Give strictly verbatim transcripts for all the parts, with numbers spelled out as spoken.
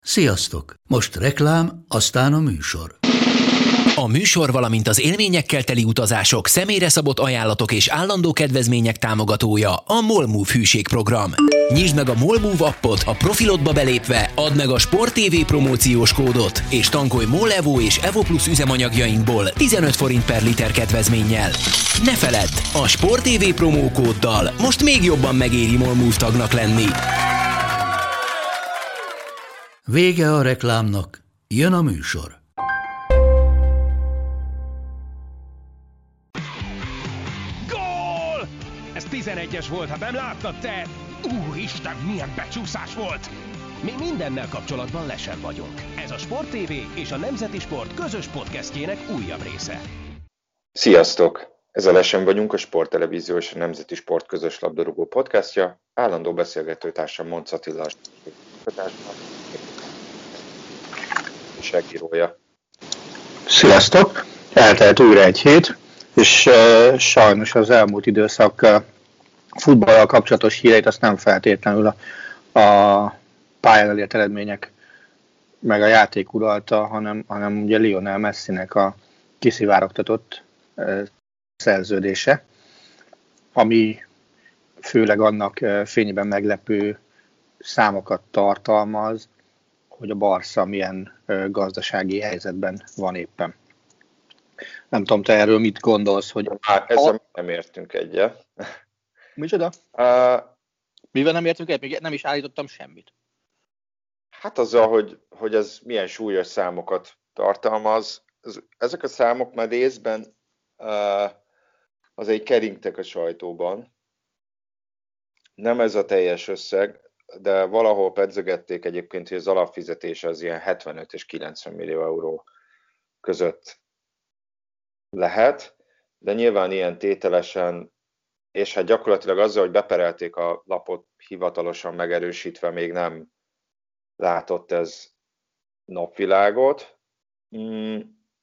Sziasztok! Most reklám, aztán a műsor. A műsor, valamint az élményekkel teli utazások, személyre szabott ajánlatok és állandó kedvezmények támogatója a MOLMOVE hűségprogram. Nyisd meg a MOLMOVE appot, a profilodba belépve add meg a Sport té vé promóciós kódot, és tankolj MOL Evo és Evo Plus üzemanyagjainkból tizenöt forint per liter kedvezménnyel. Ne feledd, a Sport té vé promókóddal most még jobban megéri MOLMOVE tagnak lenni. Vége a reklámnak, jön a műsor. Gól! Ez tizenegyes volt, ha nem láttad te! Úristen, milyen becsúszás volt! Mi mindennel kapcsolatban lesen vagyunk. Ez a Sport té vé és a Nemzeti Sport közös podcastjének újabb része. Sziasztok! Ez a Lesen vagyunk, a Sport Televízió és a Nemzeti Sport közös labdarúgó podcastja. Állandó beszélgetőtársam Monc Attila segírója. Sziasztok! Eltelt újra egy hét, és uh, sajnos az elmúlt időszak uh, futballal kapcsolatos híreit azt nem feltétlenül a, a pályán elért eredmények meg a játék uralta, hanem, hanem ugye Lionel Messinek a kiszivárogtatott uh, szerződése, ami főleg annak uh, fényében meglepő számokat tartalmaz, hogy a Barca milyen uh, gazdasági helyzetben van éppen. Nem tudom, te erről mit gondolsz, hogy... Hát ezzel a... nem értünk egyet. Micsoda? Uh, Mivel nem értünk egyet? Még nem is állítottam semmit. Hát azzal, hogy, hogy ez milyen súlyos számokat tartalmaz. Ez, ezek a számok már részben uh, azért keringtek a sajtóban. Nem ez a teljes összeg, de valahol pedzegették egyébként, hogy az alapfizetés az ilyen hetvenöt és kilencven millió euró között lehet, de nyilván ilyen tételesen, és hát gyakorlatilag azzal, hogy beperelték a lapot hivatalosan megerősítve, még nem látott ez napvilágot. Mm.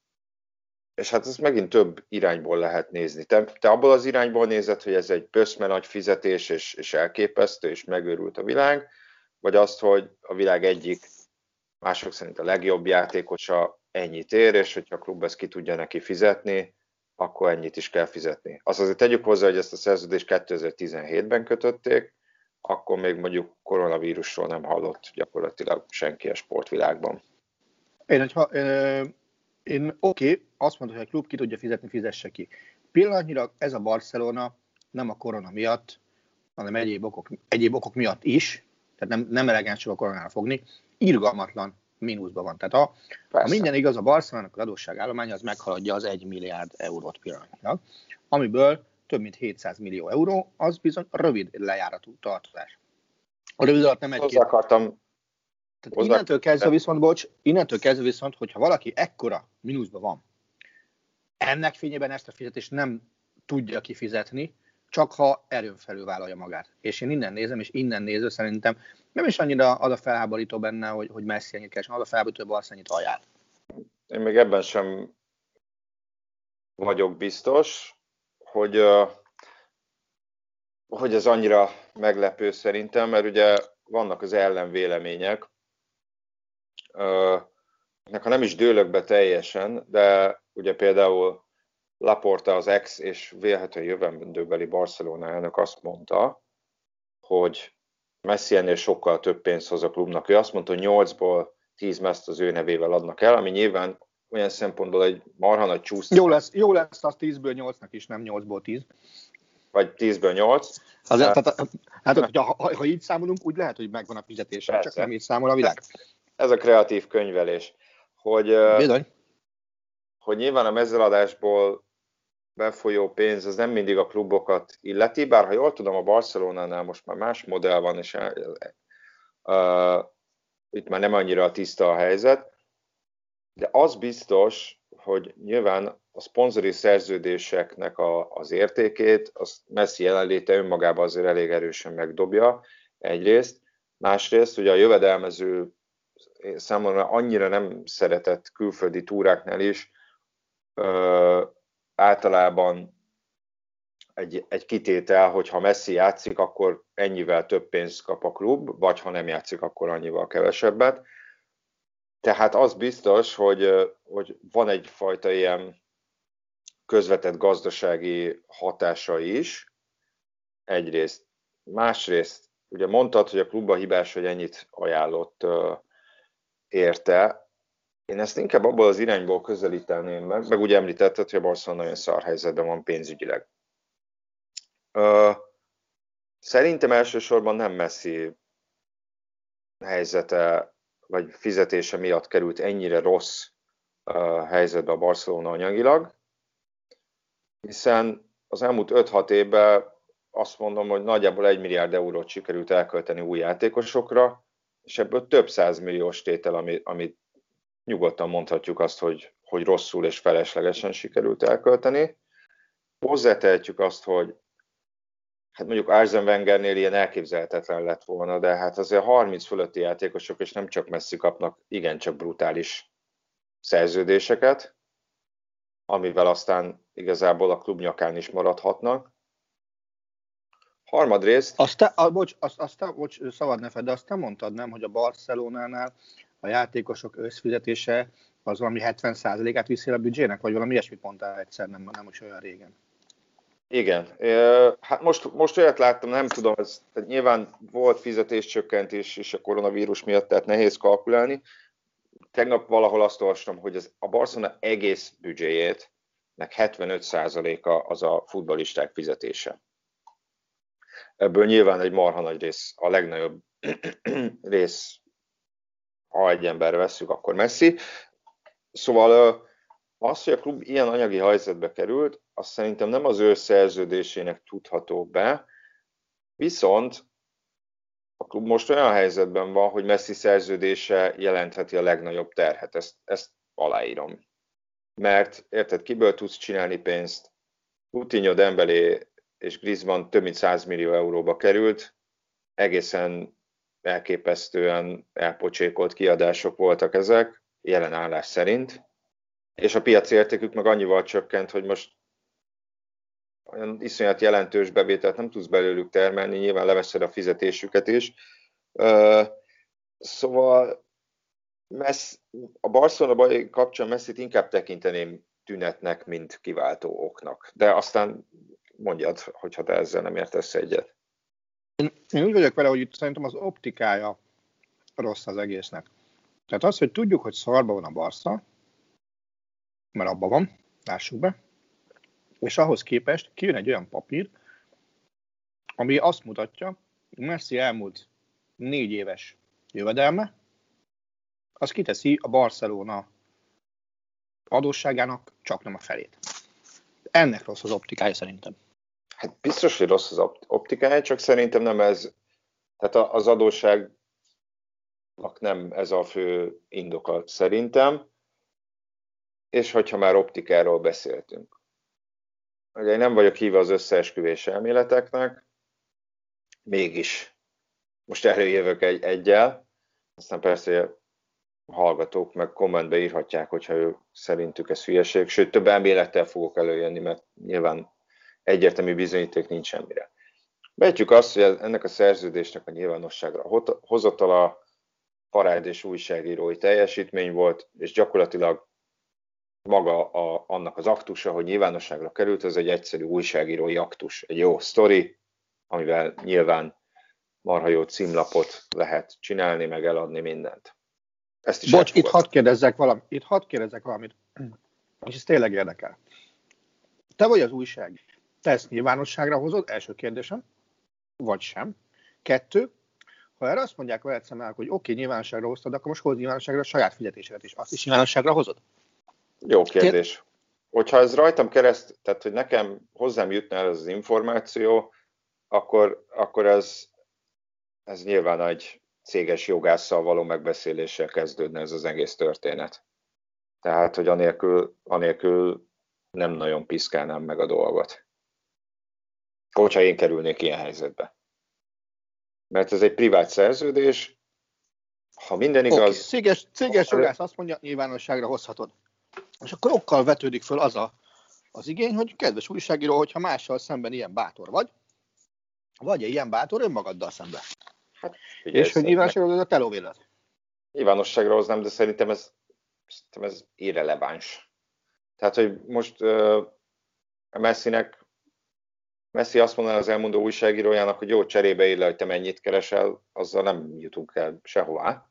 És hát ez megint több irányból lehet nézni. Te, te abból az irányból nézed, hogy ez egy böszme nagy fizetés, és, és elképesztő, és megőrült a világ, vagy azt, hogy a világ egyik, mások szerint a legjobb játékosa ennyit ér, és hogyha a klub ezt ki tudja neki fizetni, akkor ennyit is kell fizetni. Azt azért tegyük hozzá, hogy ezt a szerződést kétezer-tizenhétben kötötték, akkor még mondjuk koronavírusról nem hallott gyakorlatilag senki a sportvilágban. Én, hogyha, én, én oké, okay, azt mondta, hogy a klub ki tudja fizetni, fizesse ki. Pillanatnyilag ez a Barcelona nem a korona miatt, hanem egyéb okok, egyéb okok miatt is, tehát nem, nem elegáns csak a koronára fogni, irgalmatlan mínuszban van. Tehát ha, ha minden igaz, a Barcelonának az adósságállománya az meghaladja az egy milliárd eurót pillanatnyilag, amiből több mint hétszáz millió euró, az bizony rövid lejáratú tartozás. A rövid alatt nem egy Hozzá akartam... Tehát innentől kezdve viszont, bocs, innentől kezdve viszont, hogyha valaki ekkora mínuszban van, ennek fényében ezt a fizetést nem tudja kifizetni, csak ha erőn felül vállalja magát. És én innen nézem, és innen nézve szerintem nem is annyira az a felháborító benne, hogy, hogy Messi ennyit keres, az a felháborító, hogy Barca ennyit ajánl. Én még ebben sem vagyok biztos, hogy, hogy ez annyira meglepő szerintem, mert ugye vannak az ellenvélemények, ha nem is dőlök be teljesen, de ugye például Laporta, az ex és vélhetően jövendőbeli Barcelona elnök azt mondta, hogy Messi ennél sokkal több pénzt hoz a klubnak. Ő azt mondta, hogy nyolcból tíz meszt az ő nevével adnak el, ami nyilván olyan szempontból egy marha nagy csúszás. Jó lesz, jó lesz az tízből nyolcnak is, nem nyolcból tíz. Vagy tízből nyolc. Az, hát, tehát, hát, ha, ha, ha így számolunk, úgy lehet, hogy megvan a fizetése, persze. Csak nem így számol a világ. Ez a kreatív könyvelés. Hogy, Bizony. hogy nyilván a mezőladásból befolyó pénz az nem mindig a klubokat illeti, bár ha jól tudom, a Barcelonánál most már más modell van, és uh, itt már nem annyira tiszta a helyzet, de az biztos, hogy nyilván a szponzori szerződéseknek a, az értékét, az Messi jelenléte önmagában azért elég erősen megdobja egyrészt, másrészt ugye a jövedelmező számomra annyira nem szeretett külföldi túráknál is uh, általában egy, egy kitétel, hogy ha Messi játszik, akkor ennyivel több pénzt kap a klub, vagy ha nem játszik, akkor annyival kevesebbet. Tehát az biztos, hogy, hogy van egyfajta ilyen közvetett gazdasági hatása is, egyrészt. Másrészt, ugye mondtad, hogy a klubba hibás, hogy ennyit ajánlott uh, érte. Én ezt inkább abból az irányból közelíteném meg, meg ugye említetted, hogy a Barcelona nagyon szar helyzetben van pénzügyileg. Uh, szerintem elsősorban nem Messi helyzete, vagy fizetése miatt került ennyire rossz uh, helyzetbe a Barcelona anyagilag, hiszen az elmúlt öt-hat évben azt mondom, hogy nagyjából egy milliárd eurót sikerült elkölteni új játékosokra, és ebből több százmilliós tétel, amit, amit nyugodtan mondhatjuk azt, hogy, hogy rosszul és feleslegesen sikerült elkölteni. Hozzátehetjük azt, hogy hát mondjuk Arsene Wengernél ilyen elképzelhetetlen lett volna, de hát azért harminc fölötti játékosok, és nem csak Messi kapnak igencsak brutális szerződéseket, amivel aztán igazából a klub nyakán is maradhatnak. Harmadrészt... Azt te, a, bocs, azt, azt te, bocs, szabad ne fedd, de azt te mondtad, nem, hogy a Barcelonánál a játékosok összfizetése az valami hetven százalékát viszi a büdzsének, vagy valami ilyesmit mondtál egyszer, nem, nem is olyan régen. Igen. Hát most, most olyat láttam, nem tudom, ez, tehát nyilván volt fizetéscsökkentés is a koronavírus miatt, tehát nehéz kalkulálni. Tegnap valahol azt olvastam, hogy az, a Barcelona egész büdzséjét, nek hetvenöt százaléka az a futballisták fizetése. Ebből nyilván egy marha nagy rész, a legnagyobb rész, ha egy ember vesszük, akkor Messi. Szóval az, hogy a klub ilyen anyagi helyzetbe került, azt szerintem nem az ő szerződésének tudható be, viszont a klub most olyan helyzetben van, hogy Messi szerződése jelentheti a legnagyobb terhet. Ezt, ezt aláírom. Mert érted, kiből tudsz csinálni pénzt? Coutinho, Dembélé és Griezmann több mint száz millió euróba került, egészen elképesztően elpocsékolt kiadások voltak ezek, jelen állás szerint, és a piaci értékük meg annyival csökkent, hogy most olyan iszonyat jelentős bevételt nem tudsz belőlük termelni, nyilván leveszed a fizetésüket is. Szóval Messi, a Barcelona baj kapcsán Messit inkább tekinteném tünetnek, mint kiváltó oknak. De aztán mondjad, hogyha te ezzel nem értesz egyet. Én, én úgy vagyok vele, hogy itt szerintem az optikája rossz az egésznek. Tehát az, hogy tudjuk, hogy szarba van a Barca, mert abban van, lássuk be, és ahhoz képest kijön egy olyan papír, ami azt mutatja, hogy Messi elmúlt négy éves jövedelme, az kiteszi a Barcelona adósságának csak nem a felét. Ennek rossz az optikája szerintem. Hát biztos, hogy rossz az optikája, csak szerintem nem ez, tehát az adósságnak nem ez a fő indoka szerintem, és hogyha már optikáról beszéltünk. Ugye én nem vagyok híve az összeesküvés elméleteknek, mégis most előjövök egy egyel, aztán persze a hallgatók meg kommentbe írhatják, hogyha ő szerintük ez hülyeség, sőt több elmélettel fogok előjönni, mert nyilván egyértelmű bizonyíték nincs semmire. Behetjük azt, hogy ennek a szerződésnek a nyilvánosságra hozatala parád és újságírói teljesítmény volt, és gyakorlatilag maga a, annak az aktusa, hogy nyilvánosságra került, ez egy egyszerű újságírói aktus, egy jó sztori, amivel nyilván marha jó címlapot lehet csinálni, meg eladni mindent. Ezt is Bocs, itt hadd kérdezzek valamit, itt hadd kérdezzek valamit, és ez tényleg érdekel. Te vagy az újság, te ezt nyilvánosságra hozod, első kérdésem, vagy sem. Kettő, ha erre azt mondják veled szemben, hogy oké, okay, nyilvánosságra hoztad, akkor most hozd nyilvánosságra a saját fizetésedet is. Azt is nyilvánosságra hozod? Jó kérdés. Hogyha ez rajtam kereszt, tehát hogy nekem hozzám jutna el ez az információ, akkor, akkor ez, ez nyilván egy céges jogásszal való megbeszéléssel kezdődne ez az egész történet. Tehát, hogy anélkül, anélkül nem nagyon piszkálnám meg a dolgot. Hogyha én kerülnék ilyen helyzetbe. Mert ez egy privát szerződés, ha minden igaz... Okay. Céges, céges jogász azt mondja, nyilvánosságra hozhatod. És akkor okkal vetődik föl az a, az igény, hogy kedves újságíró, hogyha mással szemben ilyen bátor vagy, vagy ilyen bátor önmagaddal szemben. Hát, és hogy nyilvánosságra hozod a telóvélet. nyilvánosságra hoznám, de szerintem ez, szerintem ez irreleváns. Tehát, hogy most uh, Messinek, Messi azt mondaná az elmondó újságírójának, hogy jó, cserébe ír le, hogy te mennyit keresel, azzal nem jutunk el sehová.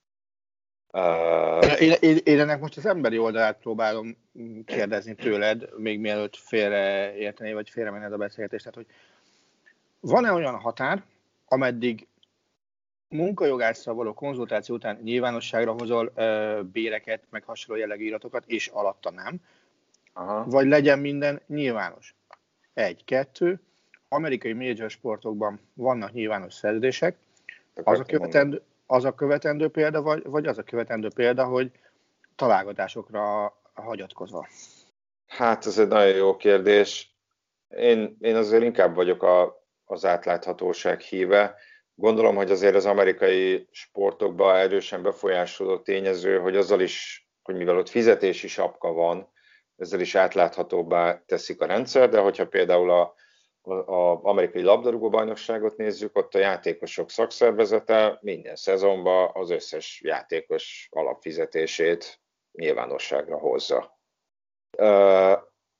Uh, én, én, én ennek most az emberi oldalát próbálom kérdezni tőled, még mielőtt félreérteni, vagy félremenned a beszélgetést. Tehát, hogy van-e olyan határ, ameddig munkajogásszal való konzultáció után nyilvánosságra hozol uh, béreket, meg hasonló jellegű iratokat, és alatta nem, aha, vagy legyen minden nyilvános? Egy, kettő, amerikai major sportokban vannak nyilvános szerződések, az a követendő, az a követendő példa, vagy, vagy az a követendő példa, hogy találgatásokra hagyatkozva? Hát ez egy nagyon jó kérdés. Én, én azért inkább vagyok a, az átláthatóság híve. Gondolom, hogy azért az amerikai sportokban erősen befolyásoló tényező, hogy azzal is, hogy mivel ott fizetési sapka van, ezzel is átláthatóbbá teszik a rendszer, de hogyha például a az amerikai labdarúgó-bajnokságot nézzük, ott a játékosok szakszervezete minden szezonban az összes játékos alapfizetését nyilvánosságra hozza. Uh,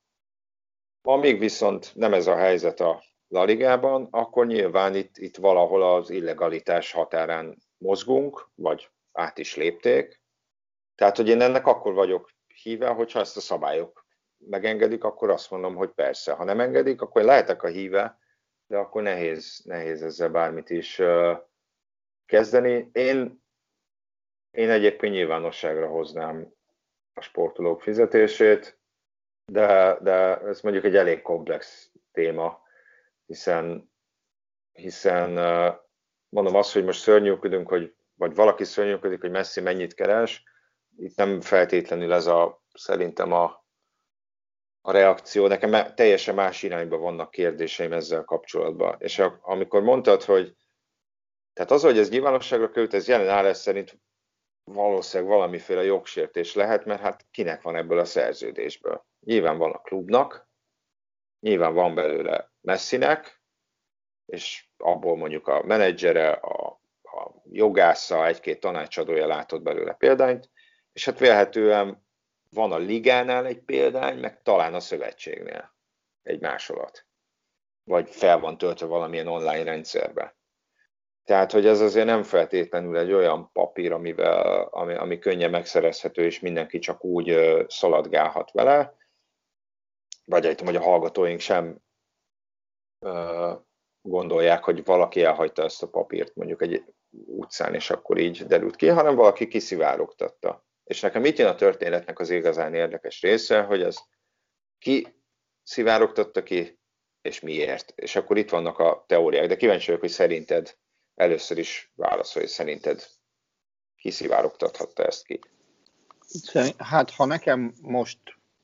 amíg viszont nem ez a helyzet a La Ligában, akkor nyilván itt, itt valahol az illegalitás határán mozgunk, vagy át is lépték. Tehát, hogy én ennek akkor vagyok híve, hogyha ezt a szabályok megengedik, akkor azt mondom, hogy persze. Ha nem engedik, akkor lehetek a híve, de akkor nehéz, nehéz ezzel bármit is uh, kezdeni. Én, én egyébként nyilvánosságra hoznám a sportolók fizetését, de, de ez mondjuk egy elég komplex téma, hiszen, hiszen uh, mondom azt, hogy most szörnyűködünk, hogy, vagy valaki szörnyűködik, hogy Messi mennyit keres, itt nem feltétlenül ez a, szerintem a a reakció, nekem teljesen más irányba vannak kérdéseim ezzel kapcsolatban. És amikor mondtad, hogy tehát az, hogy ez nyilvánosságra került, ez jelen állás szerint valószínűleg valamiféle jogsértés lehet, mert hát kinek van ebből a szerződésből? Nyilván van a klubnak, nyilván van belőle Messinek, és abból mondjuk a menedzsere, a, a jogásza, egy-két tanácsadója látott belőle példányt, és hát vélhetően van a ligánál egy példány, meg talán a szövetségnél egy másolat. Vagy fel van töltve valamilyen online rendszerbe. Tehát, hogy ez azért nem feltétlenül egy olyan papír, amivel, ami, ami könnyen megszerezhető, és mindenki csak úgy uh, szaladgálhat vele. Vagy egy, hogy a hallgatóink sem uh, gondolják, hogy valaki elhagyta ezt a papírt mondjuk egy utcán, és akkor így derült ki, hanem valaki kiszivárogtatta. És nekem itt jön a történetnek az igazán érdekes része, hogy ez ki szivárogtatta ki, és miért. És akkor itt vannak a teóriák, de kíváncsi vagyok, hogy szerinted először is válaszolj, hogy szerinted ki szivárogtathatta ezt ki. Hát, ha nekem most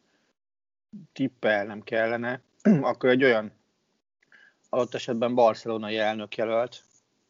tippelnem kellene, akkor egy olyan adott esetben barcelonai elnökjelölt,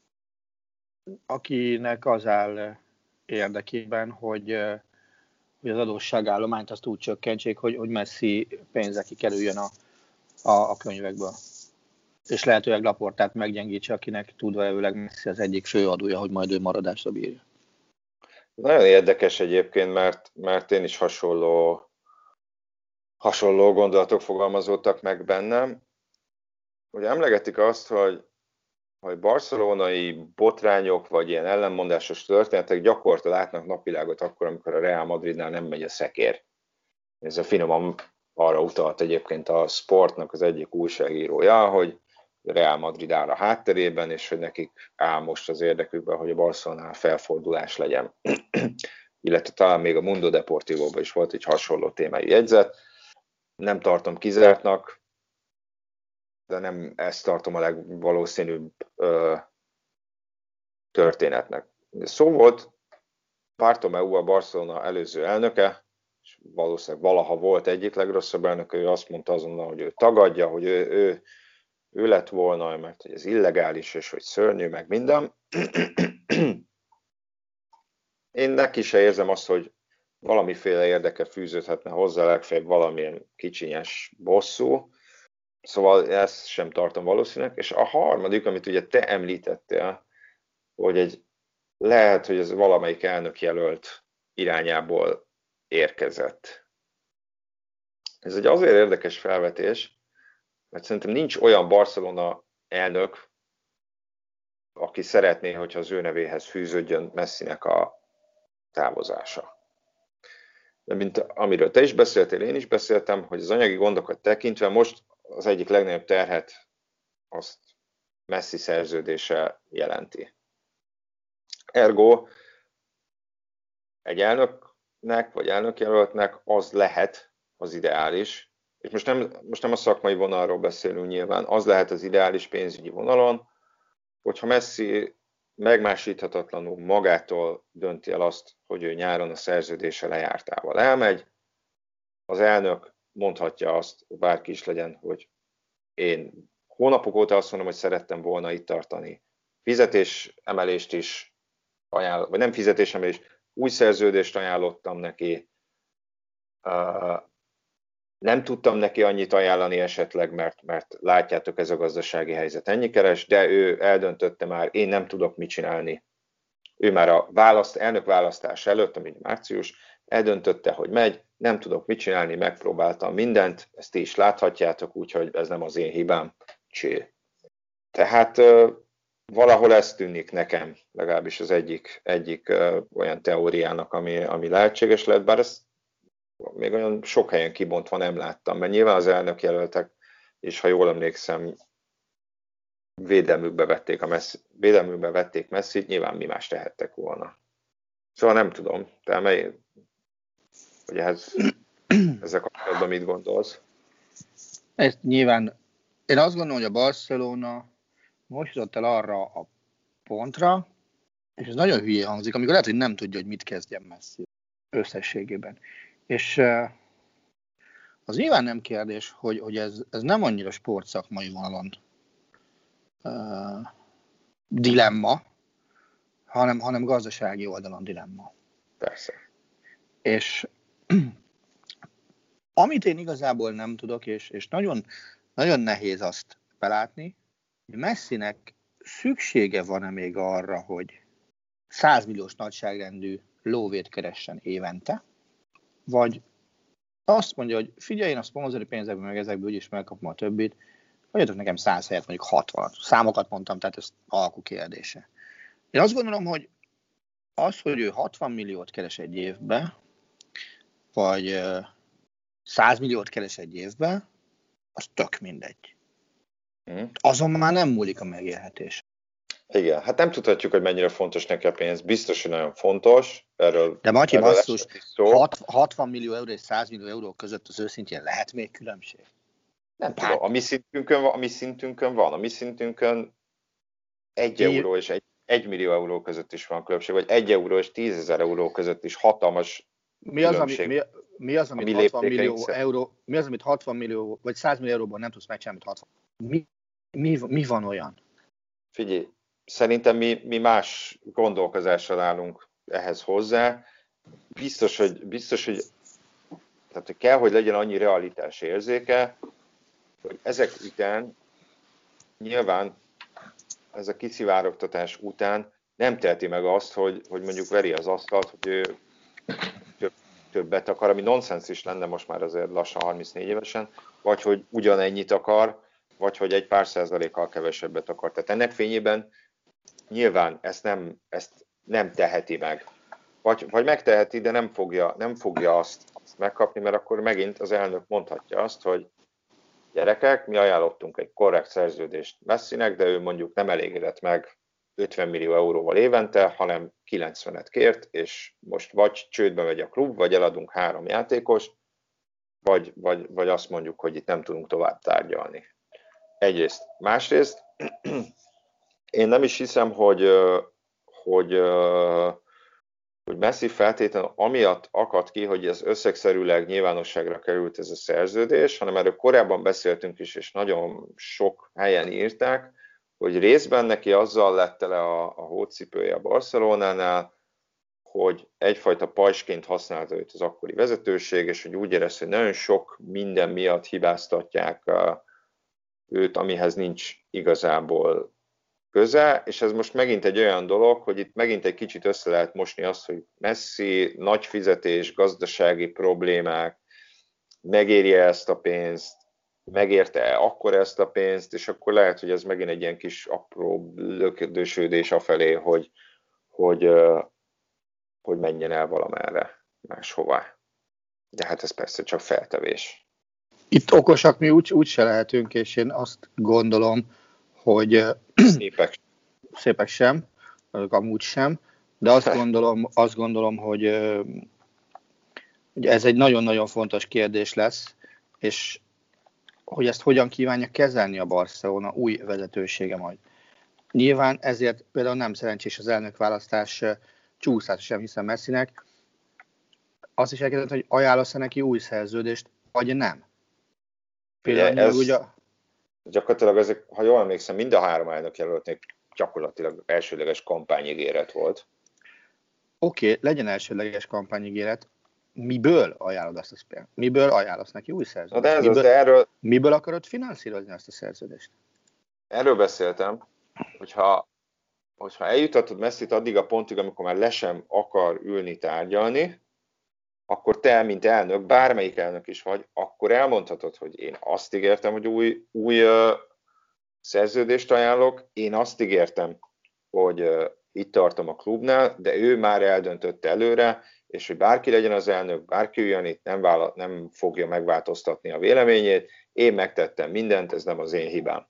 akinek az áll érdekében, hogy, hogy az adósságállományt azt úgy csökkentsék, hogy, hogy Messi pénze kikerüljön a, a, a könyvekből. És lehetőleg Laportát meggyengítse, akinek tudva elvileg Messi az egyik fő adója, hogy majd ő maradásra bírja. Nagyon érdekes egyébként, mert, mert én is hasonló, hasonló gondolatok fogalmazódtak meg bennem. Ugye emlegetik azt, hogy hogy barcelonai botrányok, vagy ilyen ellenmondásos történetek gyakorta látnak napvilágot akkor, amikor a Real Madridnál nem megy a szekér. Ez a finoman arra utalt egyébként a Sportnak az egyik újságírója, hogy a Real Madrid áll a hátterében, és hogy nekik áll most az érdekükben, hogy a Barcelonánál felfordulás legyen. Illetve talán még a Mundo Deportivo-ban is volt egy hasonló témájú jegyzet. Nem tartom kizártnak, de nem ezt tartom a legvalószínűbb ö, történetnek. Szó volt, Bartomeu a Barcelona előző elnöke, és valószínűleg valaha volt egyik legrosszabb elnöke, ő azt mondta azonnal, hogy ő tagadja, hogy ő, ő, ő lett volna, mert hogy ez illegális, és hogy szörnyű, meg minden. Én neki se érzem azt, hogy valamiféle érdeke fűződhetne hozzá, legfeljebb valamilyen kicsinyes bosszú. Szóval ezt sem tartom valószínűleg. És a harmadik, amit ugye te említettél, hogy egy lehet, hogy ez valamelyik elnök jelölt irányából érkezett. Ez egy azért érdekes felvetés, mert szerintem nincs olyan Barcelona elnök, aki szeretné, hogyha az ő nevéhez fűződjön Messinek a távozása. De mint amiről te is beszéltél, én is beszéltem, hogy az anyagi gondokat tekintve most az egyik legnagyobb terhet azt Messi szerződése jelenti. Ergo egy elnöknek vagy elnökjelöltnek az lehet az ideális, és most nem, most nem a szakmai vonalról beszélünk nyilván, az lehet az ideális pénzügyi vonalon, hogyha Messi megmásíthatatlanul magától dönti el azt, hogy ő nyáron a szerződése lejártával elmegy, az elnök mondhatja azt, bárki is legyen, hogy én hónapok óta azt mondom, hogy szerettem volna itt tartani. Fizetésemelést is ajánl, vagy nem fizetésemelést, új szerződést ajánlottam neki. Nem tudtam neki annyit ajánlani esetleg, mert, mert látjátok, ez a gazdasági helyzet ennyi keres, de ő eldöntötte már, én nem tudok mit csinálni. Ő már a választ, elnök választás előtt, ami március, eldöntötte, hogy megy, nem tudok mit csinálni, megpróbáltam mindent, ezt ti is láthatjátok, úgyhogy ez nem az én hibám. Csé. Tehát uh, valahol ez tűnik nekem, legalábbis az egyik, egyik uh, olyan teóriának, ami, ami lehetséges lehet, bár ezt még olyan sok helyen kibontva nem láttam, mert nyilván az elnökjelöltek, és ha jól emlékszem, védelmükbe vették, a Messi, védelmükbe vették Messit, nyilván mi más tehettek volna. Szóval nem tudom, te mely, hogy ehhez, ezzel kapcsolatban mit gondolsz? Ez nyilván, én azt gondolom, hogy a Barcelona most jutott el arra a pontra, és ez nagyon hülye hangzik, amikor lehet, hogy nem tudja, hogy mit kezdjen Messi összességében. És az nyilván nem kérdés, hogy, hogy ez, ez nem annyira sportszakmai vonalon uh, dilemma, hanem, hanem gazdasági oldalon dilemma. Persze. És amit én igazából nem tudok, és, és nagyon, nagyon nehéz azt belátni, hogy Messinek szüksége van-e még arra, hogy száz milliós nagyságrendű lóvét keressen évente, vagy azt mondja, hogy figyelj, én a szponzori pénzekből, meg ezekből úgyis megkapom a többit, adjatok nekem száz helyet, mondjuk hatvan. Számokat mondtam, tehát ez alkú kérdése. Én azt gondolom, hogy az, hogy ő hatvan milliót keres egy évbe, vagy száz milliót keres egy évbe, az tök mindegy. Azon már nem múlik a megélhetés. Igen, hát nem tudhatjuk, hogy mennyire fontos neki a pénz. Biztos, hogy nagyon fontos. Erről, de Matyi, basszus, hatvan millió euró és száz millió euró között az őszintén lehet még különbség? Nem hát. tudom, a mi szintünkön van, a mi szintünkön van. A mi szintünkön egy euró és egy, egy millió euró között is van különbség, vagy egy euró és tízezer euró között is hatalmas mi az, ami, mi, mi az, amit hatvan millió euró, mi az, amit hatvan millió, vagy száz millió euróból nem tudsz megcsinálni, mint hatvan. Mi, mi, mi van olyan? Figyelj, szerintem mi, mi más gondolkozással állunk ehhez hozzá. Biztos, hogy, biztos, hogy, tehát, hogy kell, hogy legyen annyi realitás érzéke, hogy ezek után, nyilván ez a kiszivárogtatás után nem teheti meg azt, hogy, hogy mondjuk veri az asztalt, hogy ő több, többet akar, ami nonsens is lenne most már azért lassan harmincnégy évesen, vagy hogy ugyanennyit akar, vagy hogy egy pár százalékkal kevesebbet akar. Tehát ennek fényében nyilván ezt nem, ezt nem teheti meg. Vagy, vagy megteheti, de nem fogja, nem fogja azt, azt megkapni, mert akkor megint az elnök mondhatja azt, hogy gyerekek, mi ajánlottunk egy korrekt szerződést Messinek, de ő mondjuk nem elégedett meg ötven millió euróval évente, hanem kilencvenet kért, és most vagy csődbe megy a klub, vagy eladunk három játékost, vagy, vagy, vagy azt mondjuk, hogy itt nem tudunk tovább tárgyalni. Egyrészt. Másrészt, én nem is hiszem, hogy, hogy, hogy Messi feltétlenül amiatt akadt ki, hogy ez összegszerűleg nyilvánosságra került ez a szerződés, hanem erről korábban beszéltünk is, és nagyon sok helyen írták, hogy részben neki azzal lett tele a, a hócipője a Barcelonánál, hogy egyfajta pajsként használta őt az akkori vezetőség, és hogy úgy érezte, hogy nagyon sok minden miatt hibáztatják őt, amihez nincs igazából köze, és ez most megint egy olyan dolog, hogy itt megint egy kicsit össze lehet mosni azt, hogy Messi, nagy fizetés, gazdasági problémák, megéri-e ezt a pénzt, megérte-e akkor ezt a pénzt, és akkor lehet, hogy ez megint egy ilyen kis apró löködősödés afelé, hogy, hogy, hogy menjen el valamerre máshová. De hát ez persze csak feltevés. Itt okosak mi úgy, úgy se lehetünk, és én azt gondolom, hogy szépek, szépek sem, amúgy sem, de azt gondolom, azt gondolom hogy, hogy ez egy nagyon-nagyon fontos kérdés lesz, és hogy ezt hogyan kívánja kezelni a Barcelona új vezetősége majd. Nyilván ezért például nem szerencsés az elnökválasztás csúszás sem, hiszen Messinek azt is elkezdett, hogy ajánlasz neki új szerződést, vagy nem. Például ez, ugye, gyakorlatilag ezek, ha jól emlékszem, mind a három elnök jelöltnek gyakorlatilag elsődleges kampányigéret volt. Oké, okay, legyen elsődleges kampányigéret. Miből ajánlod azt a szpél? Miből ajánlasz neki új szerződést? Na de ez miből, az, de erről, miből akarod finanszírozni ezt a szerződést? Erről beszéltem, hogyha, hogyha eljutatod Messit addig a pontig, amikor már le sem akar ülni tárgyalni, akkor te, mint elnök, bármelyik elnök is vagy, akkor elmondhatod, hogy én azt ígértem, hogy új, új uh, szerződést ajánlok, én azt ígértem, hogy uh, itt tartom a klubnál, de ő már eldöntötte előre, és hogy bárki legyen az elnök, bárki üljön itt, nem, vála, nem fogja megváltoztatni a véleményét, én megtettem mindent, ez nem az én hibám.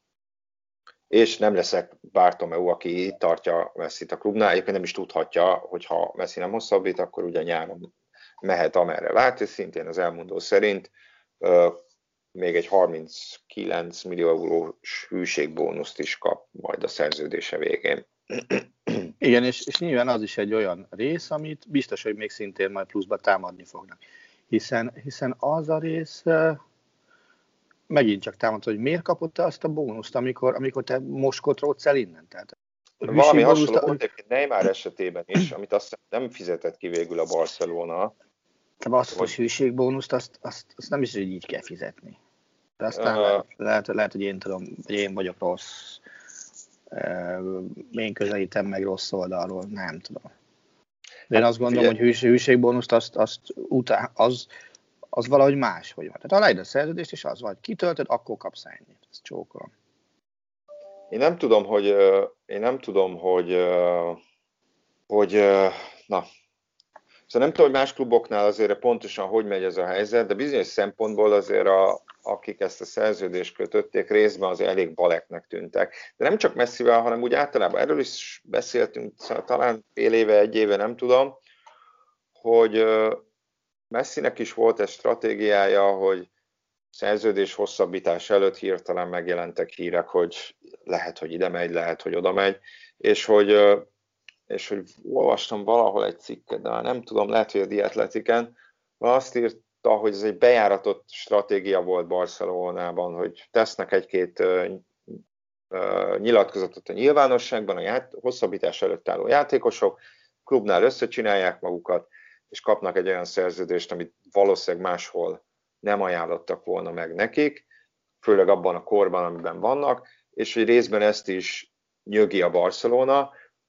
És nem leszek Bartomeu, aki itt tartja Messit a klubnál, egyébként nem is tudhatja, hogy ha Messi nem hosszabbít, akkor ugye nyáron mehet amerre lát, és szintén az elmondó szerint uh, még egy harminckilenc millió eurós hűségbónuszt is kap majd a szerződése végén. Igen, és, és nyilván az is egy olyan rész, amit biztos, hogy még szintén majd pluszba támadni fognak. Hiszen, hiszen az a rész uh, megint csak támadta, hogy miért kapott te azt a bónuszt, amikor, amikor te most kotródsz el innen. Tehát, valami hasonló volt egyébként Neymar esetében is, amit azt nem fizetett ki végül a Barcelona. De azt a hűségbónuszt, azt, azt, azt nem is, hogy így kell fizetni. De aztán uh, lehet, lehet, lehet, hogy én tudom, hogy én vagyok rossz, uh, én közelítem meg rossz oldalról, nem tudom. De én azt gondolom, hogy hűség, hűségbónuszt azt, azt után, az, az valahogy más, hogy van. Tehát ha aláírod a szerződést, és az vagy kitöltöd, akkor kapsz ennyit. Ezt csókolom. Én nem tudom, hogy én nem tudom, hogy hogy na, szóval nem tudom, hogy más kluboknál azért pontosan hogy megy ez a helyzet, de bizonyos szempontból azért a, akik ezt a szerződést kötötték, részben az elég baleknek tűntek. De nem csak Messivel, hanem úgy általában erről is beszéltünk, talán fél éve, egy éve, nem tudom, hogy Messinek is volt egy stratégiája, hogy szerződés hosszabbítás előtt hirtelen megjelentek hírek, hogy lehet, hogy ide megy, lehet, hogy oda megy, és hogy, és hogy olvastam valahol egy cikket, de nem tudom, lehet, hogy a The Athletic-en, azt írta, hogy ez egy bejáratott stratégia volt Barcelonában, hogy tesznek egy-két uh, uh, nyilatkozatot a nyilvánosságban, a ját- hosszabbítás előtt álló játékosok, klubnál összecsinálják magukat, és kapnak egy olyan szerződést, amit valószínűleg máshol nem ajánlottak volna meg nekik, főleg abban a korban, amiben vannak, és hogy részben ezt is nyögi a Barcelona.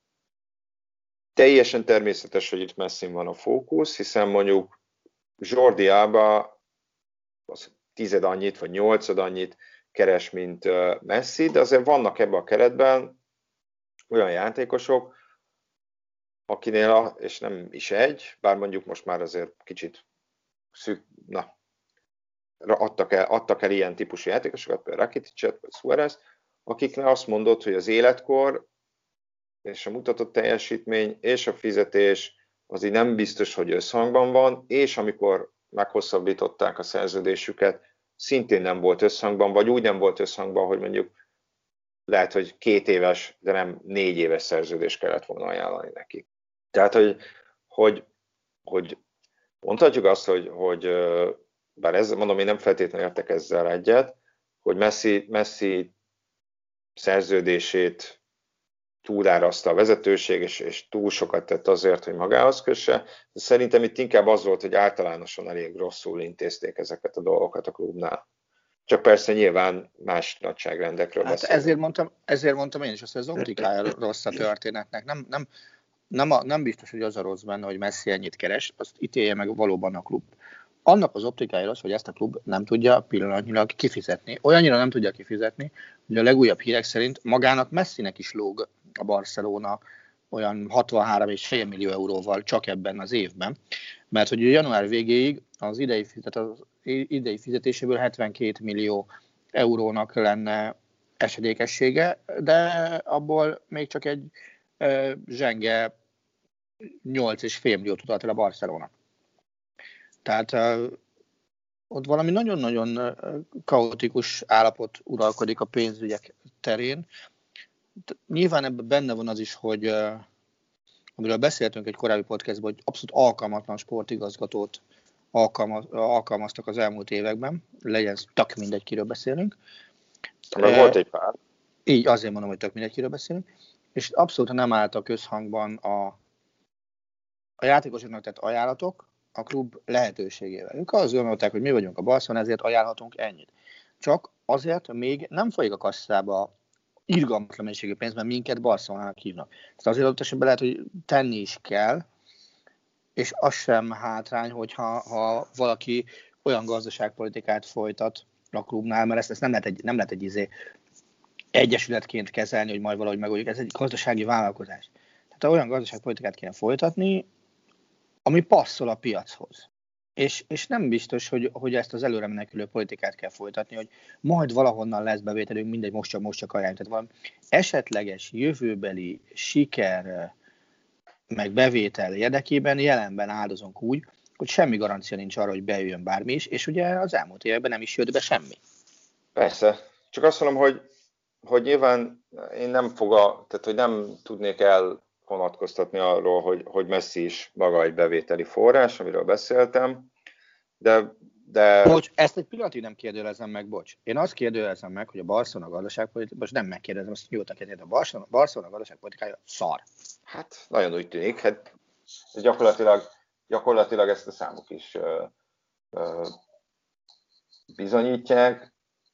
Teljesen természetes, hogy itt Messin van a fókusz, hiszen mondjuk Jordi Alba az tized annyit, vagy nyolcad annyit keres, mint Messi, de azért vannak ebben a keretben olyan játékosok, akinél, és nem is egy, bár mondjuk most már azért kicsit szűk, na, adtak el, adtak el ilyen típusú játékosokat, például Rakiticet, vagy Suárez, akiknek azt mondott, hogy az életkor és a mutatott teljesítmény és a fizetés az így nem biztos, hogy összhangban van, és amikor meghosszabbították a szerződésüket, szintén nem volt összhangban, vagy úgy nem volt összhangban, hogy mondjuk lehet, hogy két éves, de nem négy éves szerződést kellett volna ajánlani neki. Tehát, hogy, hogy, hogy mondhatjuk azt, hogy, hogy bár ez, mondom, én nem feltétlenül értek ezzel egyet, hogy Messi, Messi szerződését túláraszta a vezetőség, és, és túl sokat tett azért, hogy magához kösse. De szerintem itt inkább az volt, hogy általánosan elég rosszul intézték ezeket a dolgokat a klubnál. Csak persze nyilván más nagyságrendekről Hát beszélünk. ezért mondtam, ezért mondtam én is azt, hogy az optikája rossz a történetnek. Nem, nem, nem, a, nem biztos, hogy az a rossz benne, hogy Messi ennyit keres, azt ítélje meg valóban a klub. Annak az optikája rossz, hogy ezt a klub nem tudja pillanatnyilag kifizetni. Olyannyira nem tudja kifizetni, hogy a legújabb hírek szerint magának Messinek is lóg a Barcelona olyan hatvanhárom egész öt millió euróval csak ebben az évben. Mert hogy január végéig az idei, tehát az idei fizetéséből hetvenkét millió eurónak lenne esedékessége, de abból még csak egy ö, zsenge nyolc egész öt milliót utalt el a Barcelona. Tehát ö, ott valami nagyon-nagyon kaotikus állapot uralkodik a pénzügyek terén. Nyilván ebben benne van az is, hogy ö, amiről beszéltünk egy korábbi podcastban, hogy abszolút alkalmatlan sportigazgatót alkalmaz, alkalmaztak az elmúlt években, legyen tök mindegy, kiről beszélünk. Mert e, volt egy pár. Így azért mondom, hogy tök mindegy, kiről beszélünk. És abszolút nem állt a közhangban a, a játékosoknak tett ajánlatok a klub lehetőségével. Ők azt gondolták, hogy mi vagyunk a Barcelona, ezért ajánlhatunk ennyit. Csak azért még nem folyik a kasszába irgalmatlan mennyiségű pénz, mert minket Barcelonának hívnak. Tehát azért ott esetben lehet, hogy tenni is kell, és az sem hátrány, hogyha ha valaki olyan gazdaságpolitikát folytat a klubnál, mert ezt, ezt nem lehet egy, nem lehet egy izé, egyesületként kezelni, hogy majd valahogy megoldjuk. Ez egy gazdasági vállalkozás. Tehát olyan gazdaságpolitikát kéne folytatni, ami passzol a piachoz. És, és nem biztos, hogy, hogy ezt az előre menekülő politikát kell folytatni, hogy majd valahonnan lesz bevételünk, mindegy, most csak, most csak ajánljuk. Tehát valami esetleges jövőbeli siker meg bevétel érdekében jelenben áldozunk úgy, hogy semmi garancia nincs arra, hogy bejöjjön bármi is, és ugye az elmúlt években nem is jött be semmi. Persze. Csak azt mondom, hogy, hogy nyilván én nem foga, tehát hogy nem tudnék elvonatkoztatni arról, hogy, hogy Messi is maga egy bevételi forrás, amiről beszéltem, de... de... Bocs, ezt egy pillanatig nem kérdőjelezem meg, bocs. Én azt kérdőjelezem meg, hogy a Barcelona gazdaságpolitikai, most nem megkérdezem, azt nyugodtan kérdezem, a Barcelona, Barcelona gazdaságpolitikája szar. Hát nagyon úgy tűnik, hát gyakorlatilag, gyakorlatilag ezt a számok is ö, ö, bizonyítják,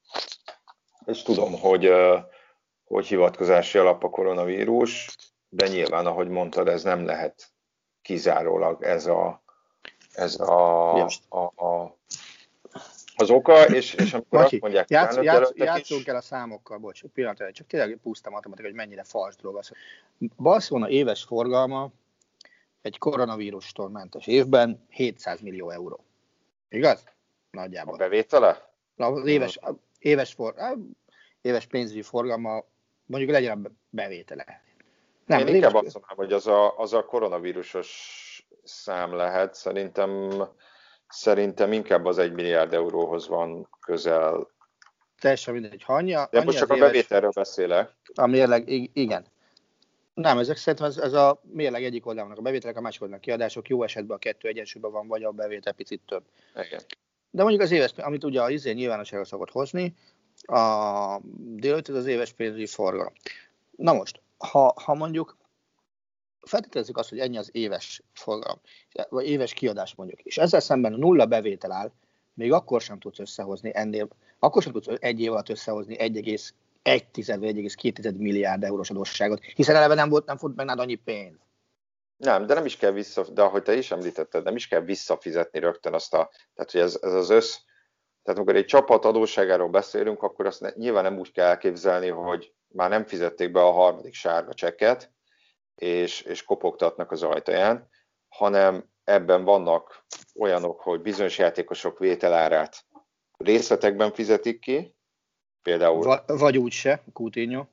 és tudom, hogy, ö, hogy hivatkozási alap a koronavírus, de nyilván, ahogy mondtad, ez nem lehet kizárólag ez a, ez a, a, a az oka, és, és amikor Macsi, azt mondják, játsz, játsz, játszunk is... el a számokkal, bocs, pillanatra, csak tényleg puszta matematika, hogy mennyire fals dolog az. Barcelona éves forgalma egy koronavírustól mentes évben hétszáz millió euró. Igaz? Nagyjából. A bevétele? Az éves, éves, for, éves pénzügyi forgalma, mondjuk legyen a bevétele. Nem, Én inkább éves... azt mondom, hogy az a, az a koronavírusos szám lehet. Szerintem Szerintem inkább az egy milliárd euróhoz van közel. Teljesen mindegy. Ha annyi, De annyi most csak a bevételről beszélek. A mérleg, igen. Nem, ezek szerintem ez, ez a mérleg egyik oldalnak a bevételek, a másik oldalnak a kiadások, jó esetben a kettő egyensúlyban van, vagy a bevétel picit több. Igen. De mondjuk az éves, amit ugye az izé nyilvánosságra szokott hozni, a délőtt az éves pénzügyi forgalom. Na most, ha, ha mondjuk feltételezzük azt, hogy ennyi az éves forgalom, vagy éves kiadás mondjuk, és ezzel szemben nulla bevétel áll, még akkor sem tudsz összehozni ennél, akkor sem tudsz egy év alatt összehozni egy egész egy vagy egy egész két milliárd eurós adósságot, hiszen eleve nem volt, nem fut meg nád annyi pénz. Nem, de nem is kell vissza, de ahogy te is említetted, nem is kell visszafizetni rögtön azt a, tehát hogy ez, ez az össz, tehát amikor egy csapat adósságáról beszélünk, akkor azt ne, nyilván nem úgy kell elképzelni, hogy már nem fizették be a harmadik sárga csekket, és, és kopogtatnak az ajtaján, hanem ebben vannak olyanok, hogy bizonyos játékosok vételárát részletekben fizetik ki, például... Va, vagy úgyse, Coutinho.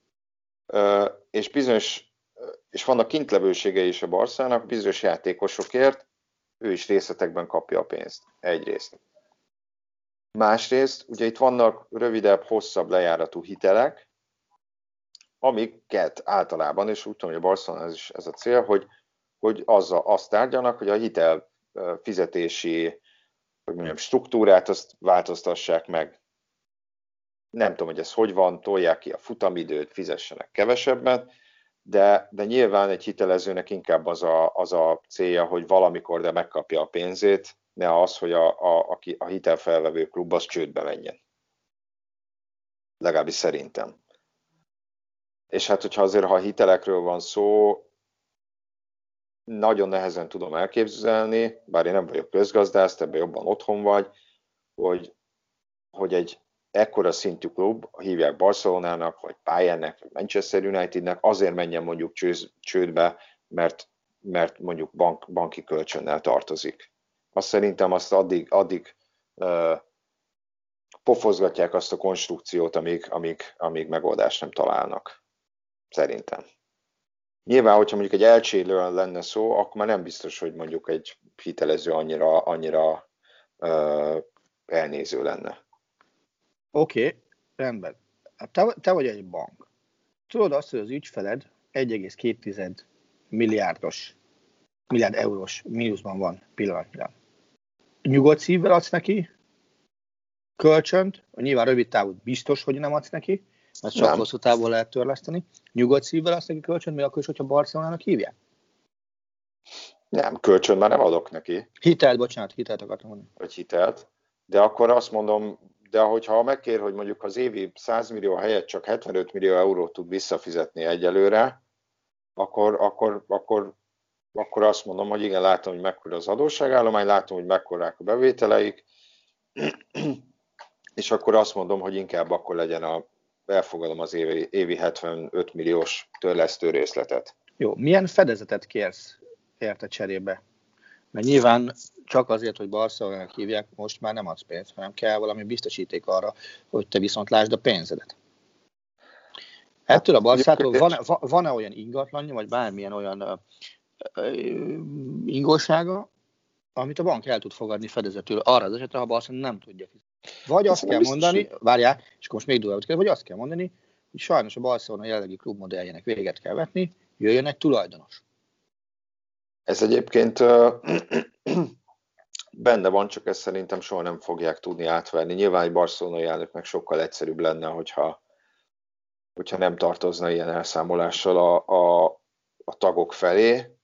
És bizonyos, és vannak kintlevőségei is a Barszának, bizonyos játékosokért ő is részletekben kapja a pénzt, egyrészt. Másrészt, ugye itt vannak rövidebb, hosszabb lejáratú hitelek, amiket általában, és úgy tudom, hogy a Barcelona ez is ez a cél, hogy, hogy azzal, azt tárgyalnak, hogy a hitel fizetési hogy mondjam, struktúrát azt változtassák meg. Nem tudom, hogy ez hogy van, tolják ki a futamidőt, fizessenek kevesebbet, de, de nyilván egy hitelezőnek inkább az a, az a célja, hogy valamikor de megkapja a pénzét, ne az, hogy a, a, a, a hitelfelvevő klub az csődbe menjen. legalábbis szerintem. És hát, hogyha azért, ha hitelekről van szó, nagyon nehezen tudom elképzelni, bár én nem vagyok közgazdász, ebben jobban otthon vagy, hogy, hogy egy ekkora szintű klub, hívják Barcelonának, vagy Bayernnek, vagy Manchester Unitednek, azért menjen mondjuk csődbe, mert, mert mondjuk bank, banki kölcsönnel tartozik. Azt szerintem azt addig, addig uh, pofozgatják azt a konstrukciót, amíg, amíg, amíg megoldást nem találnak. Szerintem. Nyilván, hogyha mondjuk egy elcsélően lenne szó, akkor már nem biztos, hogy mondjuk egy hitelező annyira, annyira uh, elnéző lenne. Oké, okay, rendben. Te, te vagy egy bank. Tudod azt, hogy az ügyfeled egy egész két milliárdos, milliárd eurós mínuszban van pillanatnyilag. Nyugodt szívvel adsz neki kölcsönt, nyilván rövid távú biztos, hogy nem adsz neki, mert csak hosszú távon lehet törleszteni. Nyugodt szívvel adsz neki kölcsönt, mi akkor is, hogyha Barcelonának hívják? Nem, kölcsön már nem adok neki. Hitelt, bocsánat, hitelt akartam mondani. Vagy hitelt, de akkor azt mondom, de hogyha megkér, hogy mondjuk az évi száz millió helyett csak hetvenöt millió eurót tud visszafizetni egyelőre, akkor, akkor, akkor, akkor azt mondom, hogy igen, látom, hogy mekkora az adósságállomány, látom, hogy mekkorák a bevételeik, és akkor azt mondom, hogy inkább akkor legyen a, elfogadom az évi, évi hetvenöt milliós törlesztő részletet. Jó, milyen fedezetet kérsz érte cserébe? Mert nyilván csak azért, hogy Barcelonának hívják, most már nem adsz pénzt, hanem kell valami biztosíték arra, hogy te viszont lásd a pénzedet. Ettől a Barszától van-e, van-e olyan ingatlanja, vagy bármilyen olyan uh, uh, ingósága, amit a bank el tud fogadni fedezetül arra az esetre, ha Barcelona nem tudja fizetni. Vagy azt kell mondani, várjál, és akkor most még durvább kell, vagy azt kell mondani, hogy sajnos a Barcelona jelenlegi klubmodelljének véget kell vetni, jöjjön egy tulajdonos. Ez egyébként uh, benne van, csak ezt szerintem soha nem fogják tudni átverni. Nyilván egy barcelonai elnöknek sokkal egyszerűbb lenne, hogyha, hogyha nem tartozna ilyen elszámolással a, a, a tagok felé.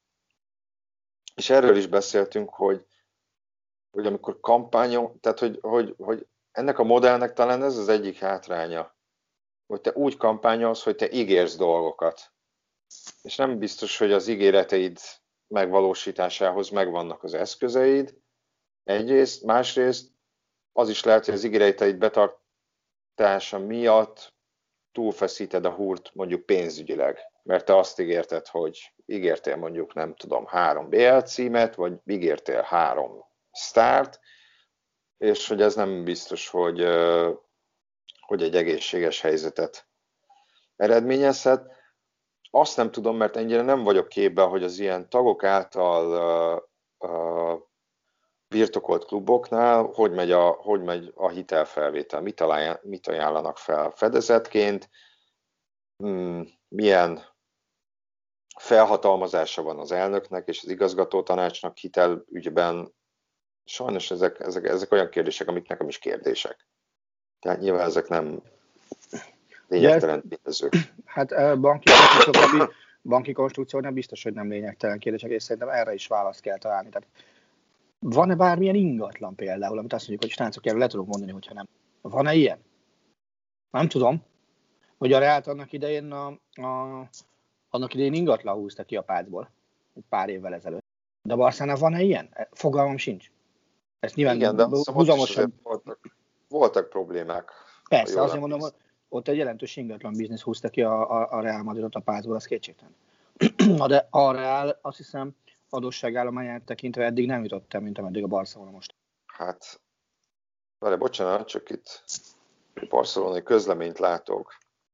És erről is beszéltünk, hogy, hogy amikor kampányon, tehát hogy, hogy, hogy ennek a modellnek talán ez az egyik hátránya, hogy te úgy kampányolsz, hogy te ígérsz dolgokat. És nem biztos, hogy az ígéreteid megvalósításához megvannak az eszközeid. Egyrészt, másrészt az is lehet, hogy az ígéreteid betartása miatt túlfeszíted a húrt mondjuk pénzügyileg. Mert te azt ígérted, hogy ígértél mondjuk, nem tudom, három bé el címet, vagy ígértél három sztárt, és hogy ez nem biztos, hogy, hogy egy egészséges helyzetet eredményezhet. Azt nem tudom, mert ennyire nem vagyok képben, hogy az ilyen tagok által uh, uh, birtokolt kluboknál hogy megy a, hogy megy a hitelfelvétel, mit, találj, mit ajánlanak fel fedezetként, hmm, milyen felhatalmazása van az elnöknek és az igazgatótanácsnak hitelügyben. Sajnos ezek, ezek, ezek olyan kérdések, amik nekem is kérdések. Tehát nyilván ezek nem lényegtelen tényezők. Hát banki konstrukciók, banki konstrukció nem biztos, hogy nem lényegtelen kérdések, és szerintem erre is választ kell találni. Tehát van-e bármilyen ingatlan például, amit azt mondjuk, hogy srácok, erről le tudok mondani, hogyha nem. Van-e ilyen? Nem tudom. Hogy a Reált annak idején, a, a, annak idején ingatlan húzta ki a pácból, egy pár évvel ezelőtt. De a Barszánál van-e ilyen? Fogalmam sincs. Ez nyilván igen, de húzamosabb. Voltak, voltak problémák. Persze, azért mondom, hogy ott egy jelentős ingatlan biznisz húzta ki a, a, a Real Madridot a pácból, az kétségtelen. De a Real, azt hiszem, adósságállományát tekintve eddig nem jutott el, mint ameddig a Barcelona most. Hát, vele bocsánat, csak itt barcelonai közleményt látok.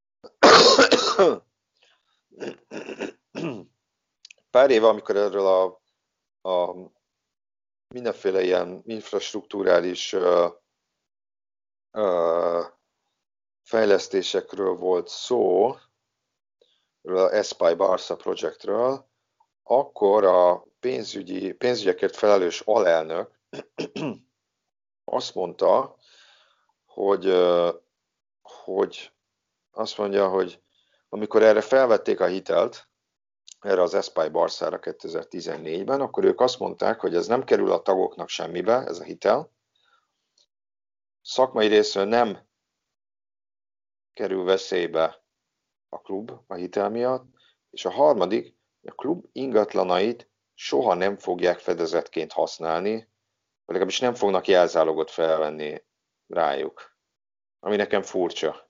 Pár éve, amikor erről a, a mindenféle ilyen infrastruktúrális uh, uh, fejlesztésekről volt szó, a Espai Barca projektről, akkor a pénzügyi, pénzügyekért felelős alelnök azt mondta, hogy, hogy azt mondja, hogy amikor erre felvették a hitelt, erre az Espai Barcára kétezer-tizennégyben, akkor ők azt mondták, hogy ez nem kerül a tagoknak semmibe, ez a hitel. Szakmai részről nem kerül veszélybe a klub a hitel miatt, és a harmadik, a klub ingatlanait soha nem fogják fedezetként használni, vagy legalábbis nem fognak jelzálogot felvenni rájuk. Ami nekem furcsa,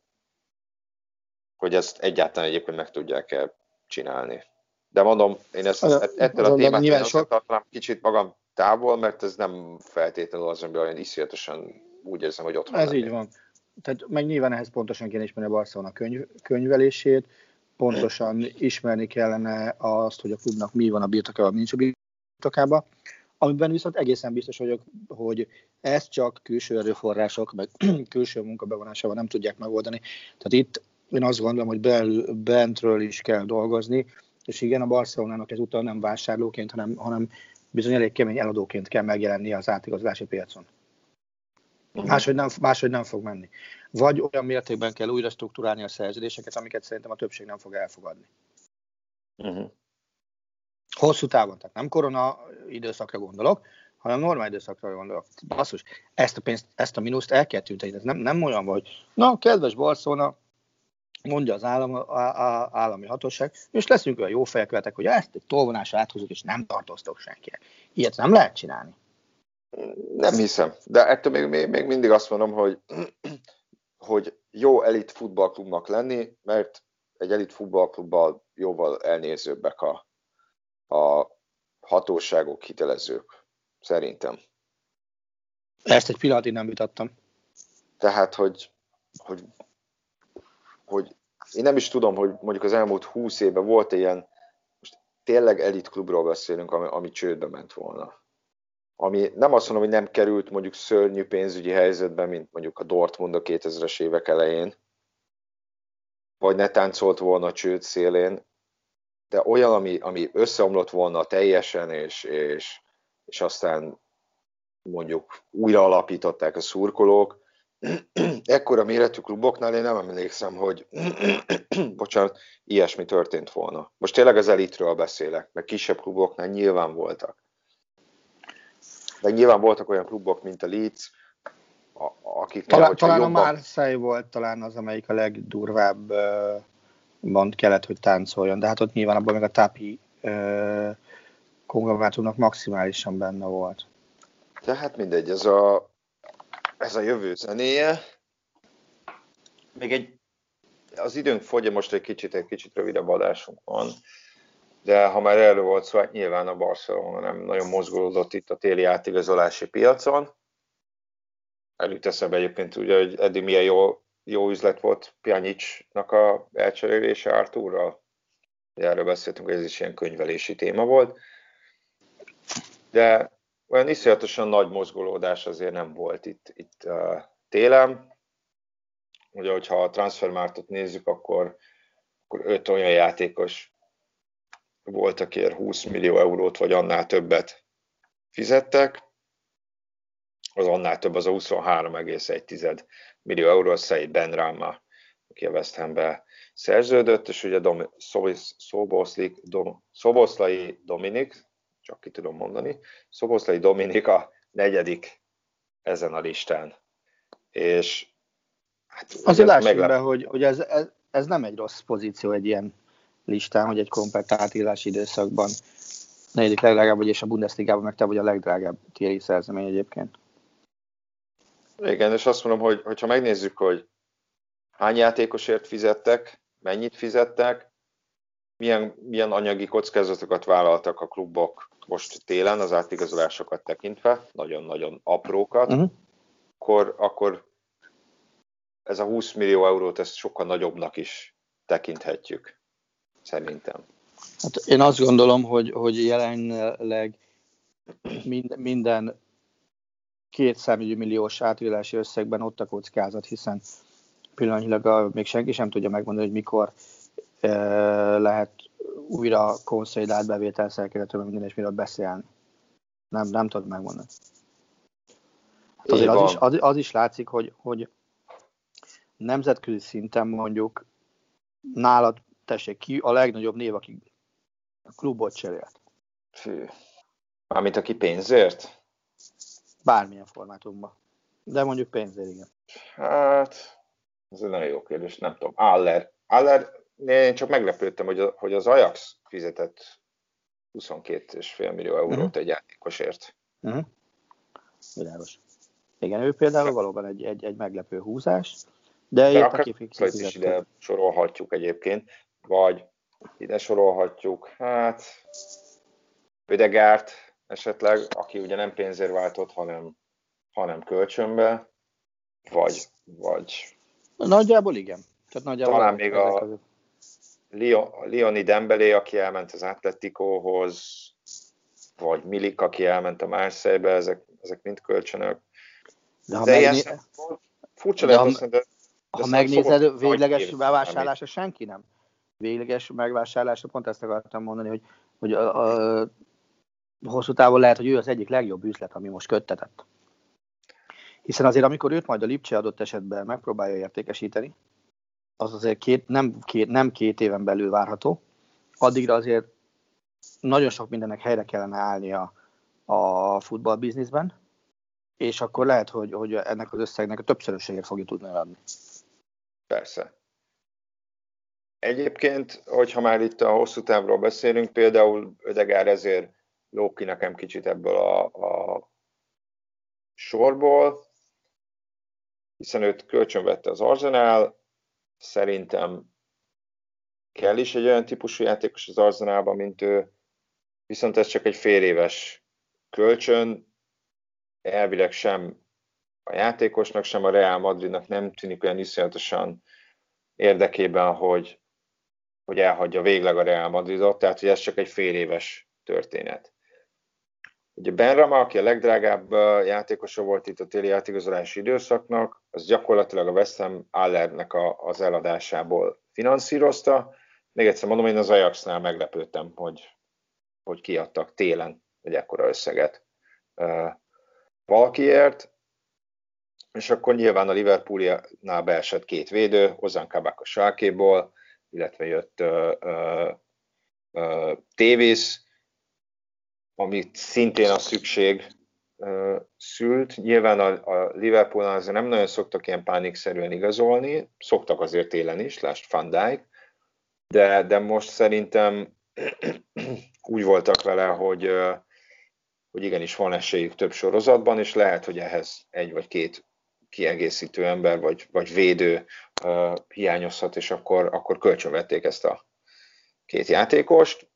hogy ezt egyáltalán egyébként meg tudják-e csinálni. De mondom, én ezt, ezt ettől a témát én azt tartanám kicsit magam távol, mert ez nem feltétlenül az, amiben olyan iszonyatosan úgy érzem, hogy otthon Ez lennék. így van. Tehát meg nyilván ehhez pontosan kéne ismerni a Barcelona könyv, könyvelését, pontosan ismerni kellene azt, hogy a klubnak mi van a birtokában, nincs a birtokában, amiben viszont egészen biztos vagyok, hogy ezt csak külső erőforrások, meg külső munkabevonásával nem tudják megoldani. Tehát itt én azt gondolom, hogy belül, bentről is kell dolgozni, és igen, a Barcelonának ezúttal nem vásárlóként, hanem, hanem bizony elég kemény eladóként kell megjelennie az átigazolási piacon. Máshogy nem, máshogy nem fog menni. Vagy olyan mértékben kell újra struktúrálni a szerződéseket, amiket szerintem a többség nem fog elfogadni. Uh-huh. Hosszú távon, tehát nem korona időszakra gondolok, hanem normál időszakra gondolok. Basszus, ezt a pénzt, ezt a mínuszt el kell tűnteni. Ez nem, nem olyan, hogy na, kedves Barcelona, mondja az állam, a, a, állami hatóság, és leszünk olyan jó fejek veletek, hogy ezt egy tolvonásra áthúzunk, és nem tartóztok senkinek. Ilyet nem lehet csinálni. Nem hiszem, de ettől még, még, még mindig azt mondom, hogy, hogy jó elit futballklubnak lenni, mert egy elit futballklubban jóval elnézőbbek a, a hatóságok, hitelezők, szerintem. Ezt egy pillanatig nem vitattam. Tehát, hogy, hogy, hogy én nem is tudom, hogy mondjuk az elmúlt húsz évben volt ilyen, most tényleg elit klubról beszélünk, ami, ami csődbe ment volna. Ami nem azt mondom, hogy nem került mondjuk szörnyű pénzügyi helyzetben, mint mondjuk a Dortmund a kétezres évek elején, vagy ne táncolt volna a csőd szélén, de olyan, ami, ami összeomlott volna teljesen, és, és, és aztán mondjuk újra alapították a szurkolók. Ekkora méretű kluboknál én nem emlékszem, hogy bocsánat, ilyesmi történt volna. Most tényleg az elitről beszélek, meg kisebb kluboknál nyilván voltak. De nyilván voltak olyan klubok, mint a Leeds, a, akik... Talán, talán jobban... a Marseille volt talán az, amelyik a legdurvábban kellett, hogy táncoljon. De hát ott nyilván abban meg a Tapi uh, konglomerátumnak maximálisan benne volt. Tehát mindegy, ez a, ez a jövő zenéje. Még egy... Az időnk fogy, most egy kicsit, egy kicsit rövidebb adásunk van. De ha már erről volt szó, hát nyilván a Barcelona nem nagyon mozgolódott itt a téli átigazolási piacon. Előtt eszembe egyébként ugye, hogy eddig milyen jó, jó üzlet volt Pjanićnak a elcserélése Arthurral. Erről beszéltünk, hogy ez is ilyen könyvelési téma volt. De olyan iszonyatosan nagy mozgolódás azért nem volt itt, itt uh, télen. Ugye, hogyha a transfermarktot nézzük, akkor, akkor öt olyan játékos volt, akért húsz millió eurót, vagy annál többet fizettek. Az annál több, az a huszonhárom egész egy millió euró, az Said Benrahma, aki a West Hambe szerződött, és ugye Dom, Szoboszlai Dom, Dominik, csak ki tudom mondani, Szoboszlai Dominik a negyedik ezen a listán. És hát, azért lássuk meglep... be, hogy, hogy ez, ez, ez nem egy rossz pozíció egy ilyen listán, hogy egy komplett átigazolási időszakban negyedik legdrágább, vagy és a Bundesligában meg te vagy a legdrágább téli szerzemény egyébként. Igen, és azt mondom, hogy hogyha megnézzük, hogy hány játékosért fizettek, mennyit fizettek, milyen, milyen anyagi kockázatokat vállaltak a klubok most télen az átigazolásokat tekintve, nagyon-nagyon aprókat, uh-huh. akkor, akkor ez a húsz millió eurót ezt sokkal nagyobbnak is tekinthetjük. Szerintem. Hát én azt gondolom, hogy, hogy jelenleg mind, minden kétszámjegyű milliós átigazolási összegben ott a kockázat, hiszen pillanatnyilag a, még senki sem tudja megmondani, hogy mikor e, lehet újra konszolidált bevételszerkezetről minden és miről beszélni. Nem, nem tudod megmondani. Hát azért az is, az, az is látszik, hogy, hogy nemzetközi szinten mondjuk nálad tessék ki a legnagyobb név, aki a klubot cserélt. Fű. Mármint aki pénzért? Bármilyen formátumban. De mondjuk pénzért, igen. Hát, Ez egy nagyon jó kérdés, nem tudom. Aller. Aller, én csak meglepődtem, hogy, a, hogy az Ajax fizetett huszonkét egész öt millió eurót uh-huh. egy játékosért. Uh-huh. Világos. Igen, ő például valóban egy, egy, egy meglepő húzás, de, de akár Szlajc is ide sorolhatjuk egyébként, vagy ide sorolhatjuk, hát Ödegaard esetleg, aki ugye nem pénzért váltott, hanem, hanem kölcsönbe, vagy, vagy nagyjából igen. Tehát nagyjából talán még a Lioni Dembélé, aki elment az Atleticóhoz, vagy Milik, aki elment a Marseille-be, ezek, ezek mind kölcsönök. De ha de megné... ilyen furcsa lehet azt mondani, de, de ha megnézed, végleges megvásárlása senki nem. Végleges megvásárlása, pont ezt akartam mondani, hogy, hogy a, a hosszú távon lehet, hogy ő az egyik legjobb üzlet, ami most köttetett. Hiszen azért, amikor őt majd a Lipcse adott esetben megpróbálja értékesíteni, az azért két, nem, két, nem két éven belül várható. Addigra azért nagyon sok mindennek helyre kellene állnia a futballbizniszben, és akkor lehet, hogy, hogy ennek az összegnek a többszörösségét fogja tudni eladni. Persze. Egyébként, hogyha már itt a hosszú távról beszélünk, például Ödegaard ezért lóg ki nekem kicsit ebből a, a sorból, hiszen őt kölcsönvette az Arsenal, szerintem kell is egy olyan típusú játékos az Arsenalban, mint ő, viszont ez csak egy fél éves kölcsön, elvileg sem a játékosnak, sem a Real Madridnak nem tűnik olyan iszonyatosan érdekében, hogy, hogy elhagyja végleg a Real Madridot, tehát hogy ez csak egy fél éves történet. Ugye Benrahma, aki a legdrágább játékosa volt itt a téli átigazolási időszaknak, az gyakorlatilag a West Ham Allernek a, az eladásából finanszírozta. Még egyszer mondom, én az Ajaxnál meglepődtem, hogy, hogy kiadtak télen egy ekkora összeget uh, valakiért, és akkor nyilván a Liverpoolnál beesett két védő, Ozan Kabak a Schalkéból, illetve jött uh, uh, uh, Davis, amit szintén a szükség uh, szült. Nyilván a, a Liverpoolnál azért nem nagyon szoktak ilyen pánikszerűen igazolni, szoktak azért télen is, lásd Van Dijk, de, de most szerintem úgy voltak vele, hogy, uh, hogy igenis van esélyük több sorozatban, és lehet, hogy ehhez egy vagy két kiegészítő ember, vagy, vagy védő uh, hiányozhat, és akkor, akkor kölcsönvették ezt a két játékost.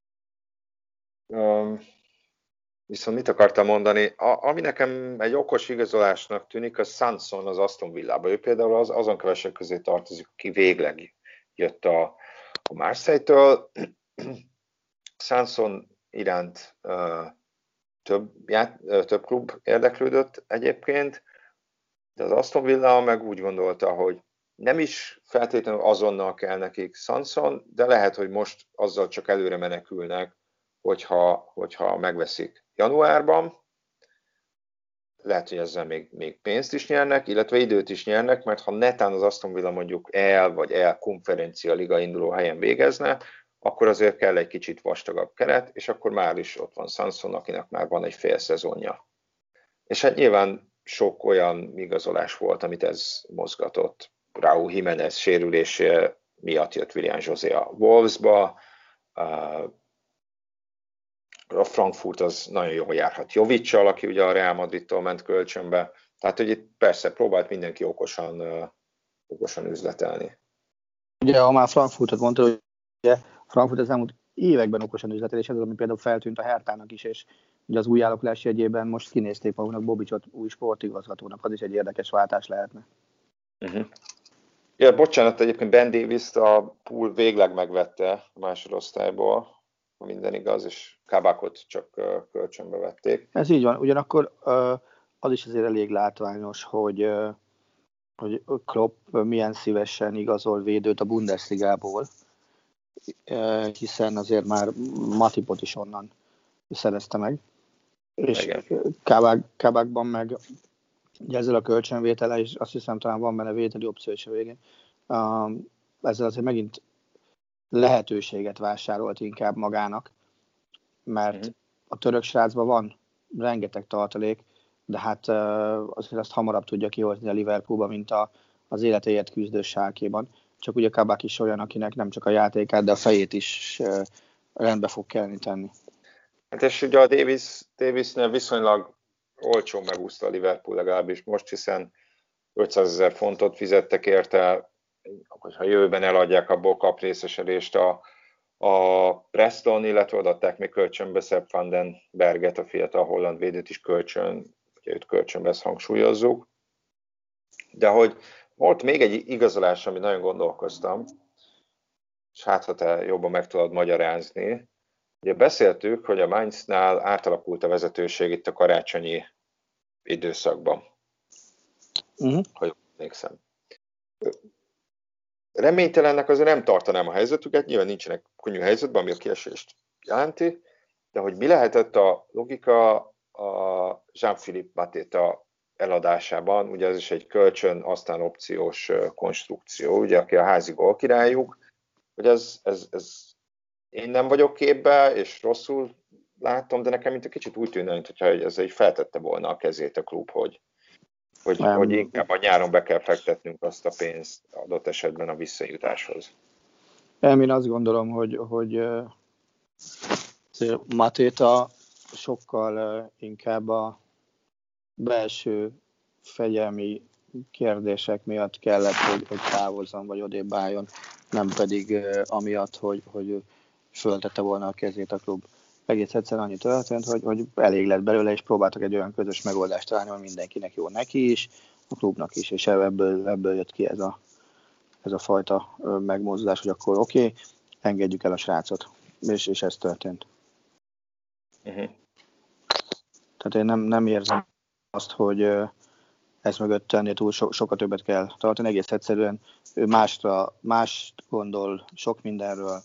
Um, viszont mit akartam mondani? A, ami nekem egy okos igazolásnak tűnik, a Sanson az Aston Villába. Ő például az, azon kevesek közé tartozik, aki végleg jött a, a Marseille-től. Sanson iránt uh, több, ját, uh, több klub érdeklődött egyébként, de az Aston Villa meg úgy gondolta, hogy nem is feltétlenül azonnal kell nekik Sanson, de lehet, hogy most azzal csak előre menekülnek, hogyha, hogyha megveszik januárban. Lehet, hogy ezzel még, még pénzt is nyernek, illetve időt is nyernek, mert ha netán az Aston Villa mondjuk el vagy el konferencia liga induló helyen végezne, akkor azért kell egy kicsit vastagabb keret, és akkor már is ott van Sanson, akinek már van egy fél szezonja. És hát nyilván sok olyan igazolás volt, amit ez mozgatott. Raúl Jiménez sérülése miatt jött Willian José a Wolvesba, a Frankfurt az nagyon jól járhat Jovic-sal, aki ugye a Real Madridtól ment kölcsönbe. Tehát, hogy itt persze próbált mindenki okosan, uh, okosan üzletelni. Ugye, ha már Frankfurtot mondta, hogy ugye Frankfurt az elmúlt években okosan üzletel, és ez az, ami például feltűnt a Hertának is, és ugye az új alakulás jegyében most kinézték magunknak Bobicsot új sportigazgatónak, az is egy érdekes váltás lehetne. Uh-huh. Ja, bocsánat, egyébként Ben Davis-t a Pool végleg megvette a másodosztályból, ha minden igaz, és Kabakot csak kölcsönbe vették. Ez így van, ugyanakkor az is azért elég látványos, hogy, hogy Klopp milyen szívesen igazol védőt a Bundesligából, hiszen azért már Matipot is onnan szerezte meg. És Kabak, Kabakban meg ugye ezzel a kölcsönvétele, és azt hiszem talán van benne vételi opció is a végén, ezzel azért megint lehetőséget vásárolt inkább magának, mert uh-huh. a török srácban van rengeteg tartalék, de hát uh, azért azt hamarabb tudja kihozni a Liverpoolba, mint a, az életéért küzdő Schalkéban. Csak ugye Kabak is olyan, akinek nem csak a játékát, de a fejét is rendbe fog kelleni tenni. Hát és ugye a Davis, Davisnél viszonylag olcsón megúszta a Liverpool legalábbis most, hiszen ötszázezer fontot fizettek érte, ha jövőben eladják, abból kap részesedést a, a Preston, illetve odaadták még kölcsönbe Sepp van den Berget, a fiatal holland védőt is kölcsön, ugye őt kölcsönbe, ezt hangsúlyozzuk. De hogy volt még egy igazolás, amit nagyon gondolkoztam, és hát ha te jobban meg tudod magyarázni. Ugye beszéltük, hogy a Mainznál átalakult a vezetőség itt a karácsonyi időszakban. Uh-huh. Ha jól emlékszem. Reménytelennek azért nem tartanám a helyzetüket, nyilván nincsenek könnyű helyzetben, ami a kiesést jelenti, de hogy mi lehetett a logika a Jean-Philippe Mateta eladásában, ugye ez is egy kölcsön, aztán opciós konstrukció, ugye aki a házi gólkirályuk, hogy ez, ez, ez én nem vagyok képbe, és rosszul látom, de nekem mint egy kicsit úgy tűnne, mintha ez egy feltette volna a kezét a klub, hogy, hogy, hogy inkább a nyáron be kell fektetnünk azt a pénzt adott esetben a visszajutáshoz. Én azt gondolom, hogy, hogy Mateta sokkal inkább a belső fegyelmi kérdések miatt kellett, hogy, hogy távozzon, vagy odébb álljon, nem pedig uh, amiatt, hogy, hogy föltette volna a kezét a klub. Egész egyszerűen annyi történt, hogy, hogy elég lett belőle, és próbáltak egy olyan közös megoldást találni, hogy mindenkinek jó, neki is, a klubnak is, és ebből, ebből jött ki ez a, ez a fajta uh, megmozdulás, hogy akkor oké, okay, engedjük el a srácot. És, és ez történt. Uh-huh. Tehát én nem, nem érzem azt, hogy uh, ez mögött ennél túl so, sokkal többet kell tartani. Egész egyszerűen ő másra, mást gondol sok mindenről,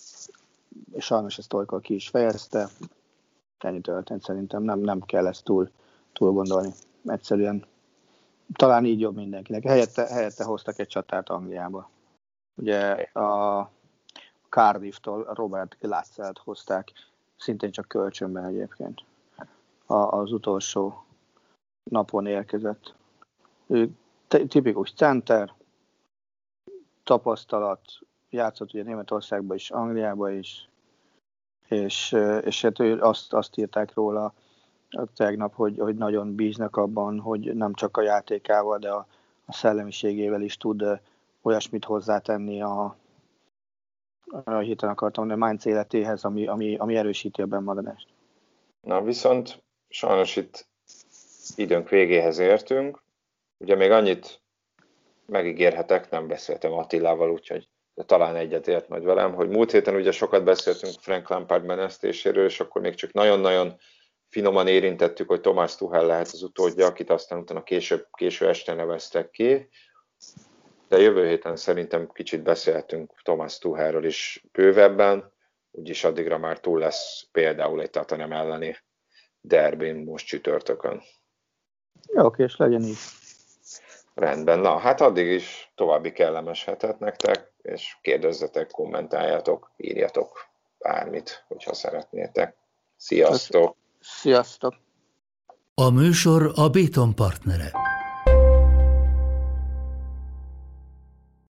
és sajnos ezt olykor ki is fejezte. Ennyi történt, szerintem nem, nem kell ezt túl, túl gondolni. Egyszerűen talán így jobb mindenkinek. Helyette, helyette hoztak egy csatát Angliába. Ugye a Cardiff-tól Robert Glasselt hozták, szintén csak kölcsönben egyébként. A, az utolsó napon érkezett. Ő tipikus center, tapasztalat, játszott ugye Németországban is, Angliában is, és, és hát ő azt, azt írták róla tegnap, hogy, hogy nagyon bíznak abban, hogy nem csak a játékával, de a, a szellemiségével is tud olyasmit hozzátenni a, a héten akartam mondani, a Mainz életéhez, ami, ami, ami erősíti a bennmaradást. Na viszont sajnos itt időnk végéhez értünk. Ugye még annyit megígérhetek, nem beszéltem Attilával, úgyhogy talán egyetért majd velem, hogy múlt héten ugye sokat beszéltünk Frank Lampard menesztéséről, és akkor még csak nagyon-nagyon finoman érintettük, hogy Thomas Tuchel lehet az utódja, akit aztán utána később, késő este neveztek ki. De jövő héten szerintem kicsit beszélhetünk Thomas Tuchelről is bővebben, úgyis addigra már túl lesz például egy Tottenham elleni derbén most csütörtökön. Jó, oké, és legyen így. Rendben, na hát addig is további kellemes hetet nektek, és kérdezzetek, kommentáljátok, írjatok bármit, hogyha szeretnétek. Sziasztok! Sziasztok! A műsor a Béton partnere.